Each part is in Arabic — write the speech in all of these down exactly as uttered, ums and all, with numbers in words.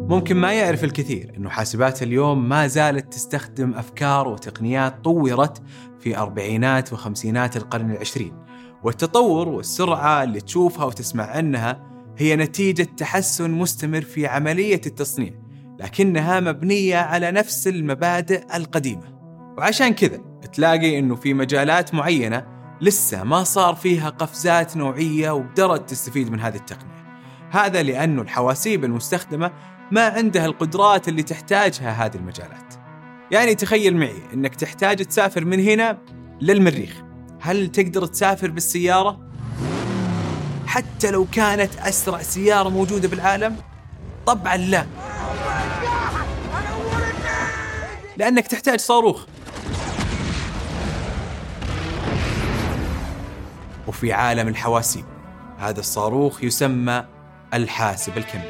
ممكن ما يعرف الكثير أنه حاسبات اليوم ما زالت تستخدم أفكار وتقنيات طورت في أربعينات وخمسينات القرن العشرين، والتطور والسرعة اللي تشوفها وتسمع عنها هي نتيجة تحسن مستمر في عملية التصنيع، لكنها مبنية على نفس المبادئ القديمة. وعشان كذا تلاقي أنه في مجالات معينة لسه ما صار فيها قفزات نوعية وقدرت تستفيد من هذه التقنية. هذا لأنه الحواسيب المستخدمة ما عندها القدرات اللي تحتاجها هذه المجالات. يعني تخيل معي أنك تحتاج تسافر من هنا للمريخ، هل تقدر تسافر بالسيارة؟ حتى لو كانت أسرع سيارة موجودة بالعالم؟ طبعا لا، لأنك تحتاج صاروخ. وفي عالم الحواسيب هذا الصاروخ يسمى الحاسب الكمي.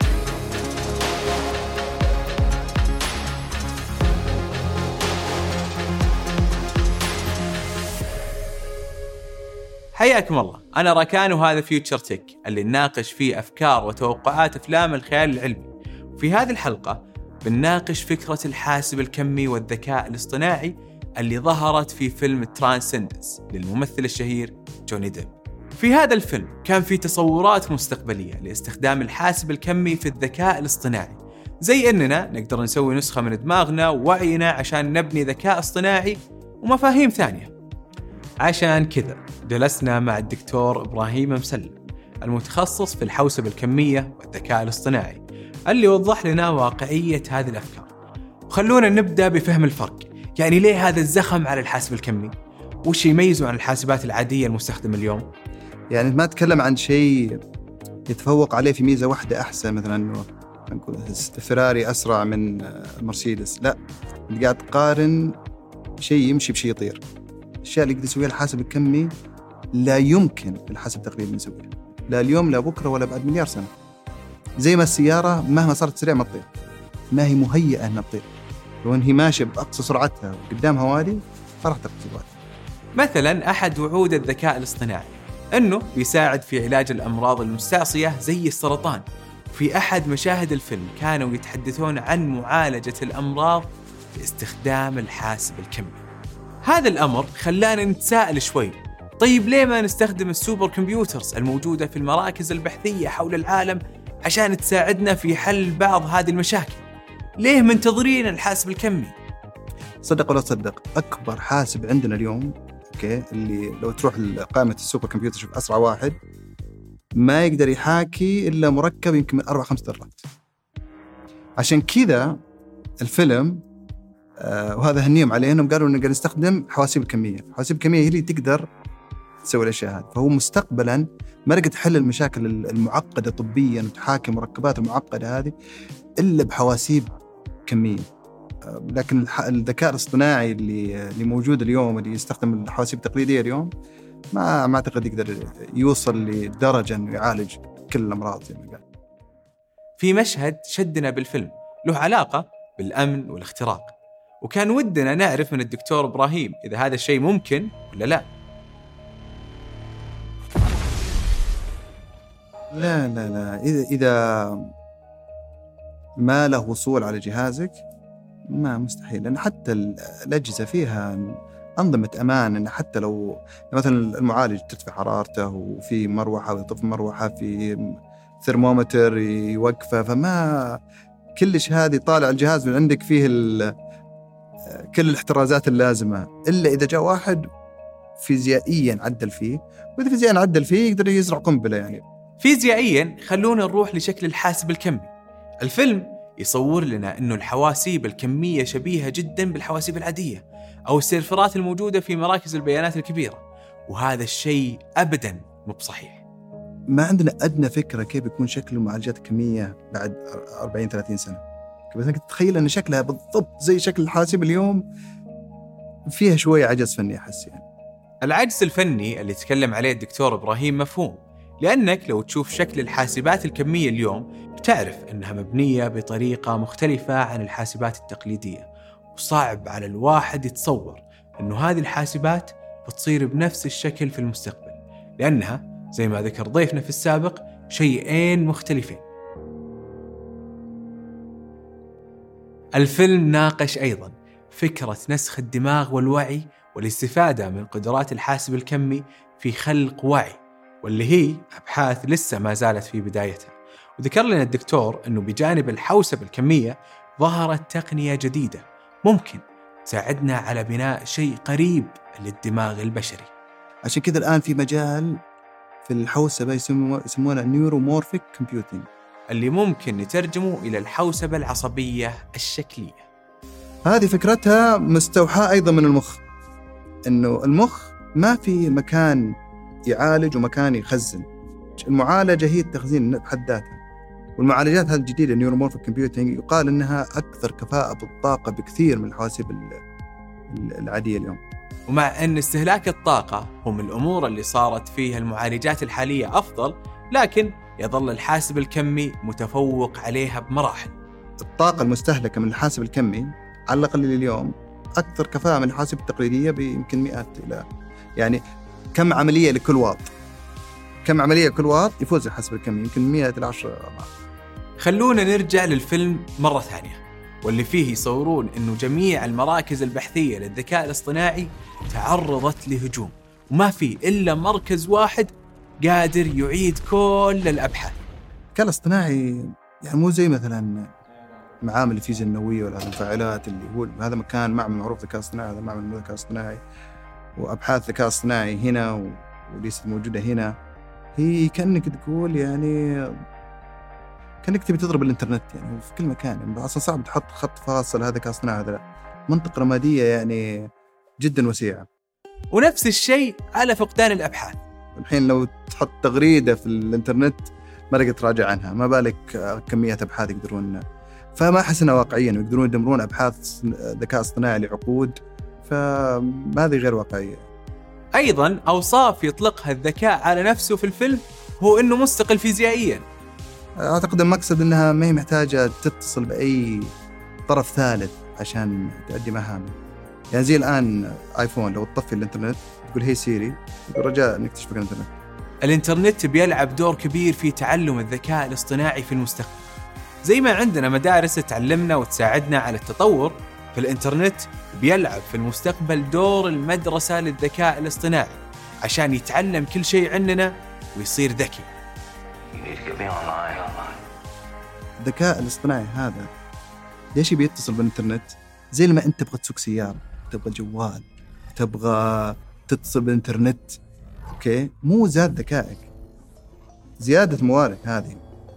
حياكم الله، أنا راكان وهذا فيوتشر تك اللي نناقش فيه أفكار وتوقعات أفلام الخيال العلمي. وفي هذه الحلقة بنناقش فكرة الحاسب الكمي والذكاء الاصطناعي اللي ظهرت في فيلم ترانسندنس للممثل الشهير جوني ديب. في هذا الفيلم كان في تصورات مستقبلية لاستخدام الحاسب الكمي في الذكاء الاصطناعي، زي أننا نقدر نسوي نسخة من دماغنا ووعينا عشان نبني ذكاء اصطناعي ومفاهيم ثانية. عشان كذا جلسنا مع الدكتور إبراهيم مسلم المتخصص في الحوسبة الكمية والذكاء الاصطناعي اللي وضح لنا واقعية هذه الأفكار. وخلونا نبدأ بفهم الفرق، يعني ليه هذا الزخم على الحاسب الكمي؟ وش يميزه عن الحاسبات العادية المستخدمة اليوم؟ يعني ما تكلم عن شيء يتفوق عليه في ميزة واحدة أحسن، مثلا أنه نقول فراري أسرع من مرسيدس، لا، أنت قاعد تقارن شيء يمشي بشيء يطير. الأشياء اللي يقدر يسويها الحاسب الكمي لا يمكن الحاسب التقليدي يسويها، لا اليوم لا بكرة ولا بعد مليار سنة. زي ما السيارة مهما صارت سريع ما تطير، ما هي مهيئة أنها تطير. لو أنها ماشية بأقصى سرعتها وقدامها وادي فراح تقصد وادي. مثلا أحد وعود الذكاء الاصطناعي أنه بيساعد في علاج الأمراض المستعصية زي السرطان. في أحد مشاهد الفيلم كانوا يتحدثون عن معالجة الأمراض باستخدام الحاسب الكمي. هذا الأمر خلانا نتساءل شوي، طيب ليه ما نستخدم السوبر كمبيوترز الموجودة في المراكز البحثية حول العالم عشان تساعدنا في حل بعض هذه المشاكل؟ ليه منتظرين الحاسب الكمي؟ صدق ولا تصدق، أكبر حاسب عندنا اليوم أوكي اللي لو تروح لقائمة السوبر كمبيوتر شوف أسرع واحد ما يقدر يحاكي إلا مركب يمكن من أربع خمس ذرات. عشان كذا الفيلم آه وهذا هنيهم عليه إنهم قالوا إنه نقدر نستخدم حواسيب الكمية. حواسيب الكمية هي اللي تقدر تسوي الأشياء هذه. فهو مستقبلاً ما رقت تحل المشاكل المعقدة طبياً وتحاكم مركبات المعقدة هذه إلا بحواسيب كمية. آه لكن الذكاء الاصطناعي اللي اللي موجود اليوم اللي يستخدم الحواسيب التقليدية اليوم ما ما أعتقد يقدر يوصل لدرجة إنه يعالج كل الأمراض زي ما قال. في مشهد شدنا بالفيلم له علاقة بالأمن والاختراق، وكان ودنا نعرف من الدكتور إبراهيم إذا هذا الشيء ممكن ولا لا. لا لا لا إذا إذا ما له وصول على جهازك ما مستحيل، لأن حتى الأجهزة فيها أنظمة أمان، إن حتى لو مثلا المعالج ترتفع حرارته وفي مروحة ويطفي مروحة، في ثرمومتر يوقفه، فما كلش هذه طالع الجهاز من عندك فيه كل الاحترازات اللازمة، إلا إذا جاء واحد فيزيائيا عدل فيه، وإذا فيزيائيا عدل فيه يقدر يزرع قنبلة. يعني فيزيائيا خلونا نروح لشكل الحاسب الكمي. الفيلم يصور لنا أنه الحواسيب الكمية شبيهة جدا بالحواسيب العادية أو السيرفرات الموجودة في مراكز البيانات الكبيرة، وهذا الشيء أبدا مو بصحيح. ما عندنا أدنى فكرة كيف يكون شكل المعالجات الكمية بعد أربعين ثلاثين سنة. بس أنك تتخيل أن شكلها بالضبط زي شكل الحاسب اليوم، فيها شوية عجز فني أحس. يعني العجز الفني اللي تكلم عليه الدكتور إبراهيم مفهوم، لأنك لو تشوف شكل الحاسبات الكمية اليوم بتعرف أنها مبنية بطريقة مختلفة عن الحاسبات التقليدية، وصعب على الواحد يتصور أنه هذه الحاسبات بتصير بنفس الشكل في المستقبل، لأنها زي ما ذكر ضيفنا في السابق شيئين مختلفين. الفيلم ناقش أيضاً فكرة نسخ الدماغ والوعي والاستفادة من قدرات الحاسب الكمي في خلق وعي، واللي هي أبحاث لسه ما زالت في بدايتها. وذكر لنا الدكتور أنه بجانب الحوسبة الكمية ظهرت تقنية جديدة ممكن تساعدنا على بناء شيء قريب للدماغ البشري. عشان كذا الآن في مجال في الحوسبة يسمونه نيورومورفيك كومبيوتينج، اللي ممكن نترجمه إلى الحوسبة العصبية الشكلية. هذه فكرتها مستوحاة أيضا من المخ، إنه المخ ما في مكان يعالج ومكان يخزن. المعالجة هي التخزين بحد ذاتها. والمعالجات هذه الجديدة نيورومورفيك كومبيوتينج يقال إنها أكثر كفاءة بالطاقة بكثير من الحواسيب العادية اليوم. ومع أن استهلاك الطاقة هم الأمور اللي صارت فيها المعالجات الحالية أفضل، لكن يظل الحاسب الكمي متفوق عليها بمراحل. الطاقة المستهلكة من الحاسب الكمي على الأقل اليوم أكثر كفاءة من الحاسب التقليدية بيمكن مئات إلى يعني كم عملية لكل واط كم عملية لكل واط يفوز الحاسب الكمي يمكن مئة إلى عشرة. خلونا نرجع للفيلم مرة ثانية، واللي فيه يصورون أنه جميع المراكز البحثية للذكاء الاصطناعي تعرضت لهجوم، وما في إلا مركز واحد قادر يعيد كل الأبحاث. الذكاء الاصطناعي يعني مو زي مثلا معامل الفيزياء النووية ولا المفاعلات اللي هو هذا مكان معمل معروف ذكاء اصطناعي، هذا معمل ذكاء اصطناعي، وأبحاث ذكاء اصطناعي هنا وليست موجودة هنا. هي كأنك تقول يعني كأنك تبي تضرب الإنترنت يعني في كل مكان، يعني أصلا صعب تحط خط فاصل هذا ذكاء اصطناعي هذا لا. منطقة رمادية يعني جدا وسيعة. ونفس الشيء على فقدان الأبحاث. الحين لو تحط تغريدة في الإنترنت ما تقدر تراجع عنها، ما بالك كمية أبحاث يقدرون. فما أحس أنها واقعيا ويقدرون يدمرون أبحاث ذكاء اصطناعي لعقود، فهذه غير واقعية. أيضا أوصاف يطلقها الذكاء على نفسه في الفيلم هو أنه مستقل فيزيائيا. أعتقد المقصد أنها ما هي محتاجة تتصل بأي طرف ثالث عشان تؤدي مهامه. يعني زي الآن آيفون لو تطفي الإنترنت تقول هي سيري، يقول رجاء نكتشف الإنترنت. الإنترنت بيلعب دور كبير في تعلم الذكاء الاصطناعي في المستقبل. زي ما عندنا مدارس تعلمنا وتساعدنا على التطور، في الإنترنت بيلعب في المستقبل دور المدرسة للذكاء الاصطناعي عشان يتعلم كل شيء عننا ويصير ذكي. الذكاء الاصطناعي هذا ليش بيتصل بالإنترنت؟ زي لما أنت تبغى تسوق سيارة، تبغى جوال، تبغى تتصل بالإنترنت، أوكي؟ مو زاد ذكائك، زيادة موارد هذه.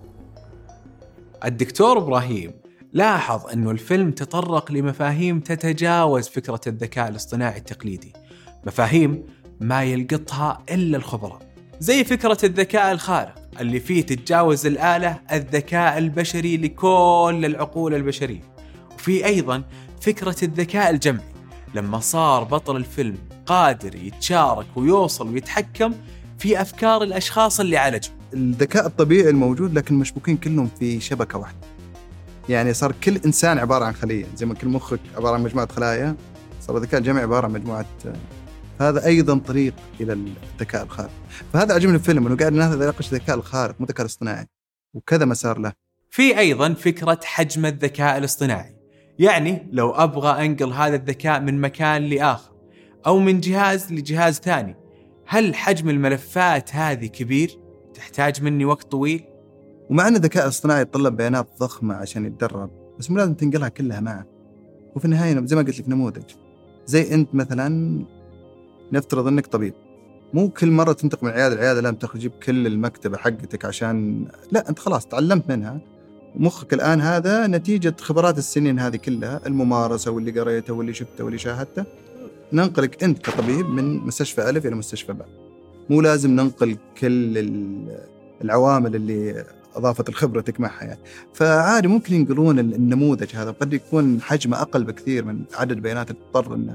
الدكتور إبراهيم لاحظ أنه الفيلم تطرق لمفاهيم تتجاوز فكرة الذكاء الاصطناعي التقليدي، مفاهيم ما يلقطها إلا الخبراء، زي فكرة الذكاء الخارق اللي فيه تتجاوز الآلة الذكاء البشري لكل العقول البشرية. وفي أيضا فكرة الذكاء الجمعي لما صار بطل الفيلم قادر يتشارك ويوصل ويتحكم في أفكار الأشخاص اللي عالجوا. الذكاء الطبيعي الموجود لكن مشبوكين كلهم في شبكة واحدة، يعني صار كل إنسان عبارة عن خلية، زي ما كل مخك عبارة عن مجموعة خلايا، صار الذكاء الجمعي عبارة عن مجموعة. هذا أيضا طريق إلى الذكاء الخارق. فهذا عجبني الفيلم إنه قاعد يناقش الذكاء الخارق مو الذكاء الاصطناعي، وكذا مسار له. في أيضا فكرة حجم الذكاء الاصطناعي، يعني لو أبغى أنقل هذا الذكاء من مكان لآخر أو من جهاز لجهاز ثاني، هل حجم الملفات هذه كبير؟ تحتاج مني وقت طويل؟ ومع أن الذكاء الاصطناعي يتطلب بيانات ضخمة عشان يتدرب، بس مو لازم تنقلها كلها معه. وفي النهاية زي ما قلت لك نموذج، زي أنت مثلا نفترض أنك طبيب، مو كل مرة تنتقل من عيادة لعيادة لازم تجيب كل المكتبة حقتك عشان لا، أنت خلاص تعلمت منها ومخك الآن هذا نتيجة خبرات السنين هذه كلها، الممارسة واللي قريته واللي شفته واللي شاهدته. ننقلك أنت كطبيب من مستشفى ألف إلى مستشفى باء، مو لازم ننقل كل العوامل اللي أضافت الخبرتك معها يعني. فعادي ممكن ينقلون النموذج هذا، قد يكون حجمه أقل بكثير من عدد البيانات اللي تضطر إنه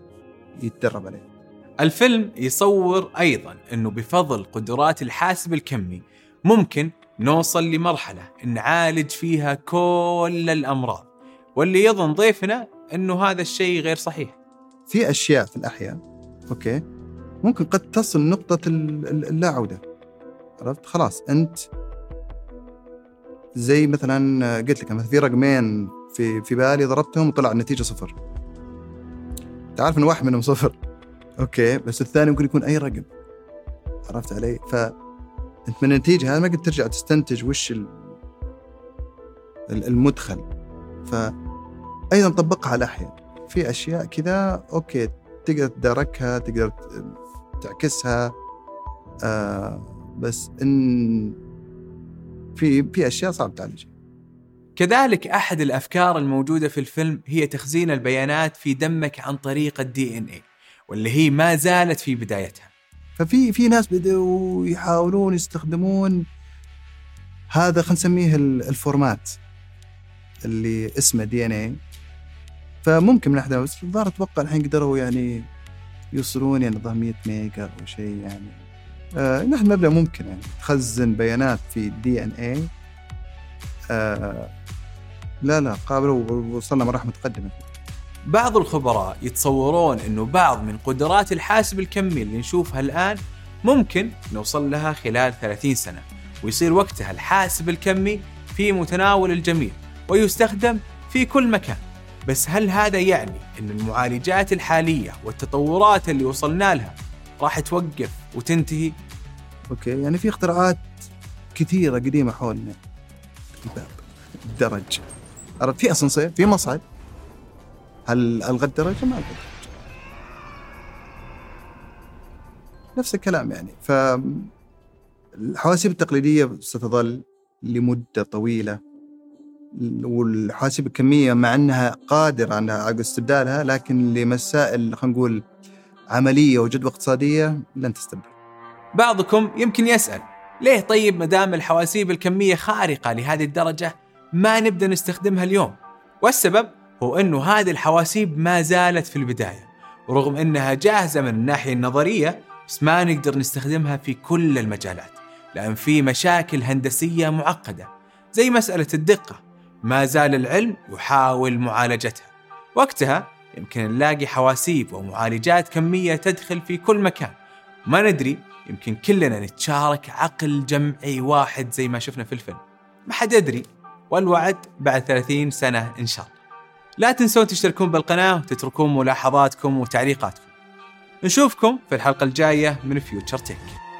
يتدرب عليه. الفيلم يصور أيضا أنه بفضل قدرات الحاسب الكمي ممكن نوصل لمرحلة نعالج فيها كل الأمراض، واللي يظن ضيفنا أنه هذا الشيء غير صحيح. في أشياء في الأحياء أوكي ممكن قد تصل نقطة اللا عودة، عرفت؟ خلاص أنت زي مثلا قلت لك مثلا في رقمين في في بالي ضربتهم وطلع النتيجة صفر، تعرف إن واحد منهم صفر أوكي، بس الثاني ممكن يكون أي رقم، عرفت علي؟ فأنت من النتيجة هذا ما قد ترجع تستنتج وش المدخل. فأيضا طبقها على الأحياء، في أشياء كذا أوكي تقدر تداركها، تقدر تعكسها، آه بس إن في في أشياء صعب تعالجها. كذلك أحد الأفكار الموجودة في الفيلم هي تخزين البيانات في دمك عن طريق الدي إن إيه، واللي هي ما زالت في بدايتها. ففي في ناس بدأوا يحاولون يستخدمون هذا، خلينا نسميه الفورمات اللي اسمه دي إن إيه. فممكن من أحد بس الظاهر أتوقع الحين قدروا يعني يوصلون يعني نظام مية ميجا أو شيء يعني. آه نحن مبدأ ممكن يعني تخزن بيانات في دي إن إيه. آه لا لا قابلوا وصلنا مراحل متقدمة. بعض الخبراء يتصورون أنه بعض من قدرات الحاسب الكمي اللي نشوفها الآن ممكن نوصل لها خلال ثلاثين سنة، ويصير وقتها الحاسب الكمي في متناول الجميع ويستخدم في كل مكان. بس هل هذا يعني أن المعالجات الحالية والتطورات اللي وصلنا لها راح توقف وتنتهي؟ أوكي، يعني في اختراعات كثيرة قديمة حولنا، الباب، الدرج، في أسانسير، في مصعد، هل ألغى الدرجة؟ ما ألغى الدرجة. نفس الكلام يعني. فالحواسيب التقليدية ستظل لمدة طويلة، والحواسيب الكمية مع أنها قادرة على استبدالها، لكن لمسائل خلينا نقول عملية وجدوى اقتصادية لن تستبدل. بعضكم يمكن يسأل ليه طيب مدام الحواسيب الكمية خارقة لهذه الدرجة ما نبدأ نستخدمها اليوم؟ والسبب هو أنه هذه الحواسيب ما زالت في البداية، ورغم أنها جاهزة من الناحية النظرية بس ما نقدر نستخدمها في كل المجالات، لأن في مشاكل هندسية معقدة زي مسألة الدقة ما زال العلم يحاول معالجتها. وقتها يمكن نلاقي حواسيب ومعالجات كمية تدخل في كل مكان، ما ندري يمكن كلنا نتشارك عقل جمعي واحد زي ما شفنا في الفيلم، ما حد يدري، والوعد بعد ثلاثين سنة إن شاء الله. لا تنسون تشتركون بالقناة وتتركون ملاحظاتكم وتعليقاتكم. نشوفكم في الحلقة الجاية من فيوتشر تك.